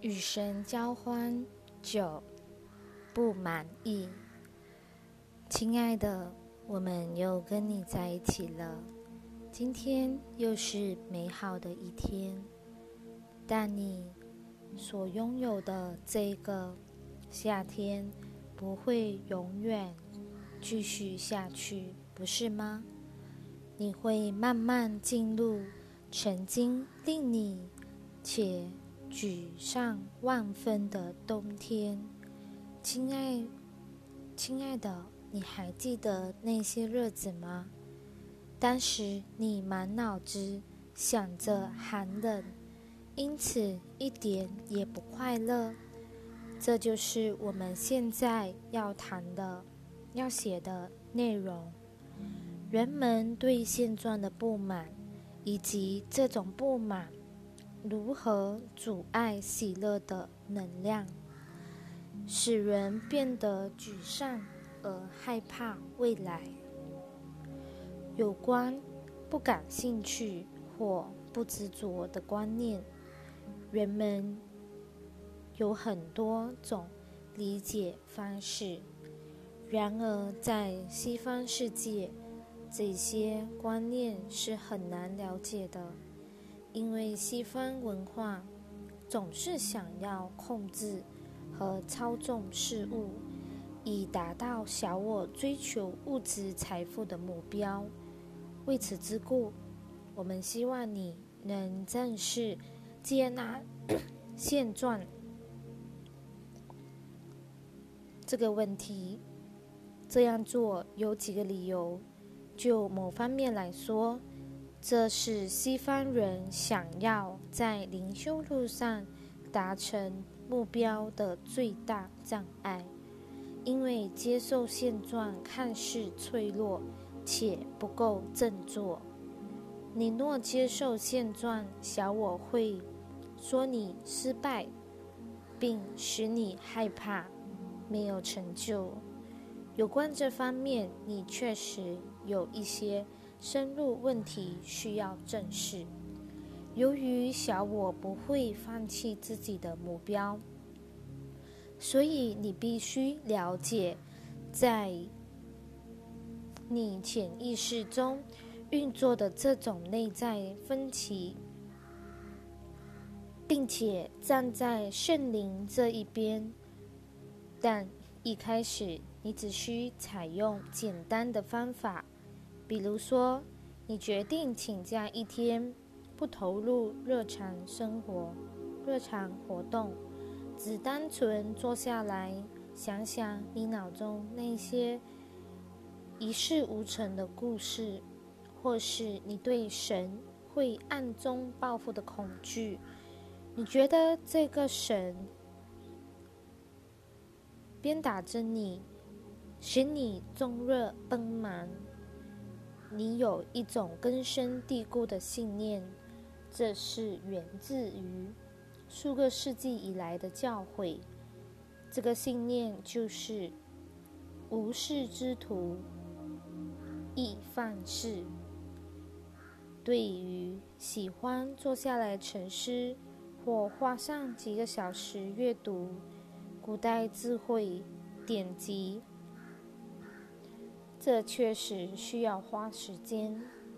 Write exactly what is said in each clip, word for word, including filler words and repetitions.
与神交欢。九，不满意。亲爱的，我们又跟你在一起了，今天又是美好的一天，但你所拥有的这个夏天不会永远继续下去，不是吗？你会慢慢进入曾经令你且沮丧万分的冬天。亲爱亲爱的，你还记得那些日子吗？当时你满脑子想着寒冷，因此一点也不快乐。这就是我们现在要谈的、要写的内容。人们对现状的不满，以及这种不满如何阻碍喜乐的能量，使人变得沮丧而害怕未来。有关不感兴趣或不执着的观念，人们有很多种理解方式。然而在西方世界，这些观念是很难了解的，因为西方文化总是想要控制和操纵事物，以达到小我追求物质财富的目标。为此之故，我们希望你能正视、接纳现状这个问题。这样做有几个理由。就某方面来说，这是西方人想要在灵修路上达成目标的最大障碍，因为接受现状看似脆弱且不够振作。你若接受现状，小我会说你失败，并使你害怕没有成就。有关这方面，你确实有一些深入问题需要正视。由于小我不会放弃自己的目标，所以你必须了解，在你潜意识中运作的这种内在分歧，并且站在圣灵这一边。但一开始你只需采用简单的方法，比如说你决定请假一天，不投入日常生活、日常活动，只单纯坐下来想想你脑中那些一事无成的故事，或是你对神会暗中报复的恐惧。你觉得这个神鞭打着你，使你终日奔忙。你有一种根深蒂固的信念，这是源自于数个世纪以来的教诲。这个信念就是无事之徒易犯事。对于喜欢坐下来沉思，或花上几个小时阅读古代智慧典籍，这确实需要花时间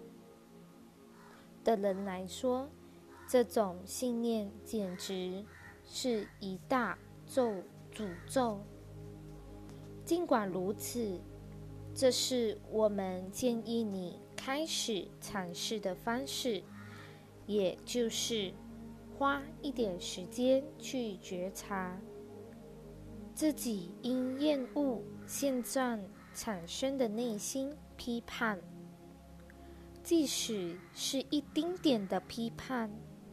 的人来说，这种信念简直是一大咒诅咒。尽管如此，这是我们建议你开始尝试的方式，也就是花一点时间去觉察自己因厌恶现状产生的内心批判，即使是一丁点的批判。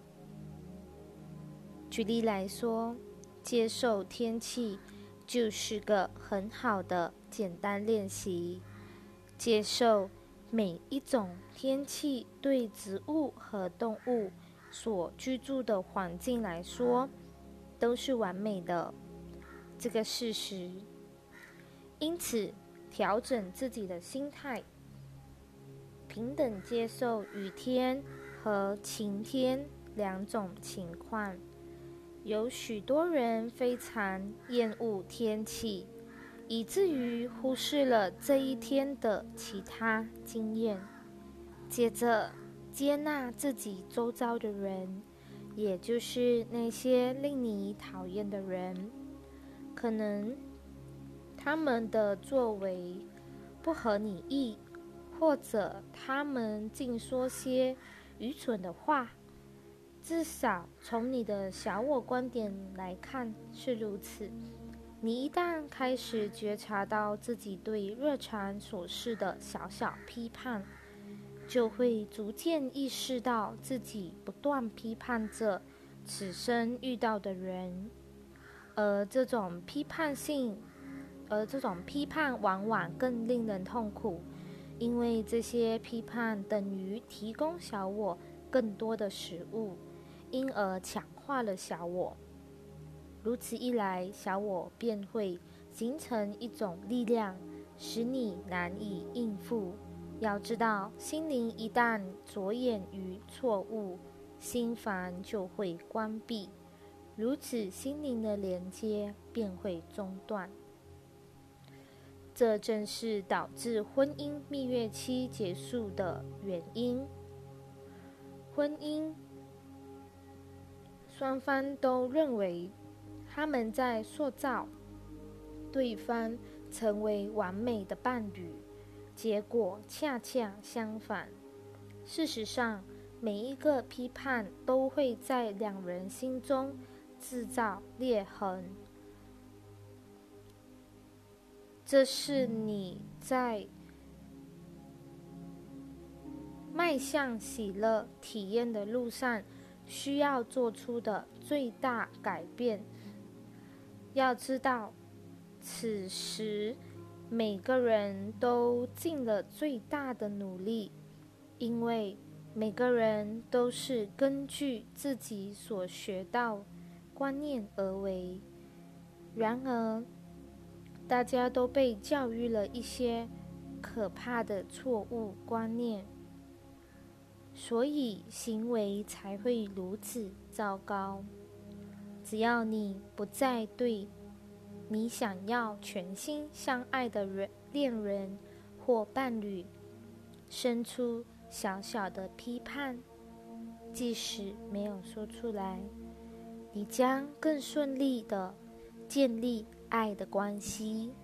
举例来说，接受天气就是个很好的简单练习。接受每一种天气对植物和动物所居住的环境来说都是完美的这个事实。因此，调整自己的心态，平等接受雨天和晴天两种情况， 有许多人非常厌恶天气，以至于忽视了这一天的其他经验。接着接纳自己周遭的人，也就是那些令你讨厌的人，可能他们的作为不合你意，或者他们竟说些愚蠢的话，至少从你的小我观点来看是如此。你一旦开始觉察到自己对日常琐事的小小批判，就会逐渐意识到自己不断批判着此生遇到的人，而这种批判性，而这种批判往往更令人痛苦，因为这些批判等于提供小我更多的食物，因而强化了小我。如此一来，小我便会形成一种力量，使你难以应付。要知道，心灵一旦着眼于错误，心房就会关闭，如此心灵的连接便会中断。这正是导致婚姻蜜月期结束的原因。婚姻双方都认为他们在塑造对方成为完美的伴侣，结果恰恰相反。事实上，每一个批判都会在两人心中制造裂痕，这是你在迈向喜乐体验的路上需要做出的最大改变。要知道，此时每个人都尽了最大的努力，因为每个人都是根据自己所学到观念而为。然而，大家都被教育了一些可怕的错误观念，所以行为才会如此糟糕。只要你不再对你想要全心相爱的人、恋人或伴侣生出小小的批判，即使没有说出来，你将更顺利地建立爱的关系。